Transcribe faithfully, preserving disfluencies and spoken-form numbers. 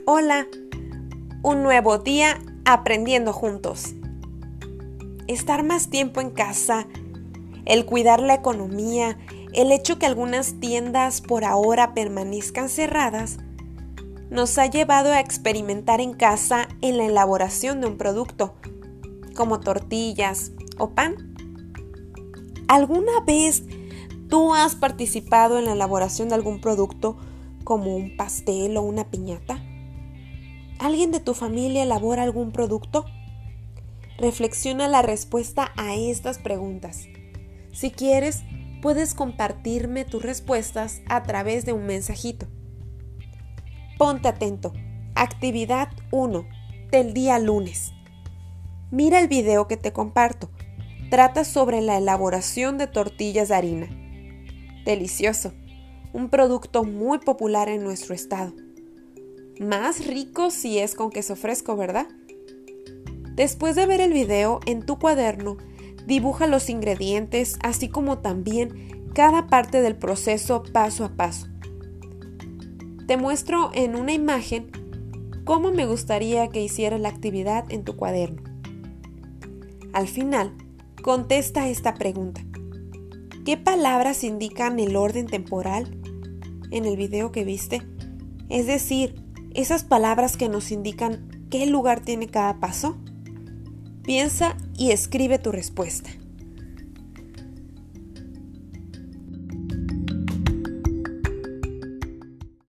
Hola, un nuevo día aprendiendo juntos. Estar más tiempo en casa, el cuidar la economía, el hecho que algunas tiendas por ahora permanezcan cerradas, nos ha llevado a experimentar en casa en la elaboración de un producto, como tortillas o pan. ¿Alguna vez tú has participado en la elaboración de algún producto como un pastel o una piñata? ¿Alguien de tu familia elabora algún producto? Reflexiona la respuesta a estas preguntas. Si quieres, puedes compartirme tus respuestas a través de un mensajito. Ponte atento. Actividad uno del día lunes. Mira el video que te comparto. Trata sobre la elaboración de tortillas de harina. Delicioso. Un producto muy popular en nuestro estado. Más rico si es con queso fresco, ¿verdad? Después de ver el video, en tu cuaderno, dibuja los ingredientes, así como también cada parte del proceso paso a paso. Te muestro en una imagen cómo me gustaría que hicieras la actividad en tu cuaderno. Al final, contesta esta pregunta. ¿Qué palabras indican el orden temporal en el video que viste? Es decir, esas palabras que nos indican qué lugar tiene cada paso. Piensa y escribe tu respuesta.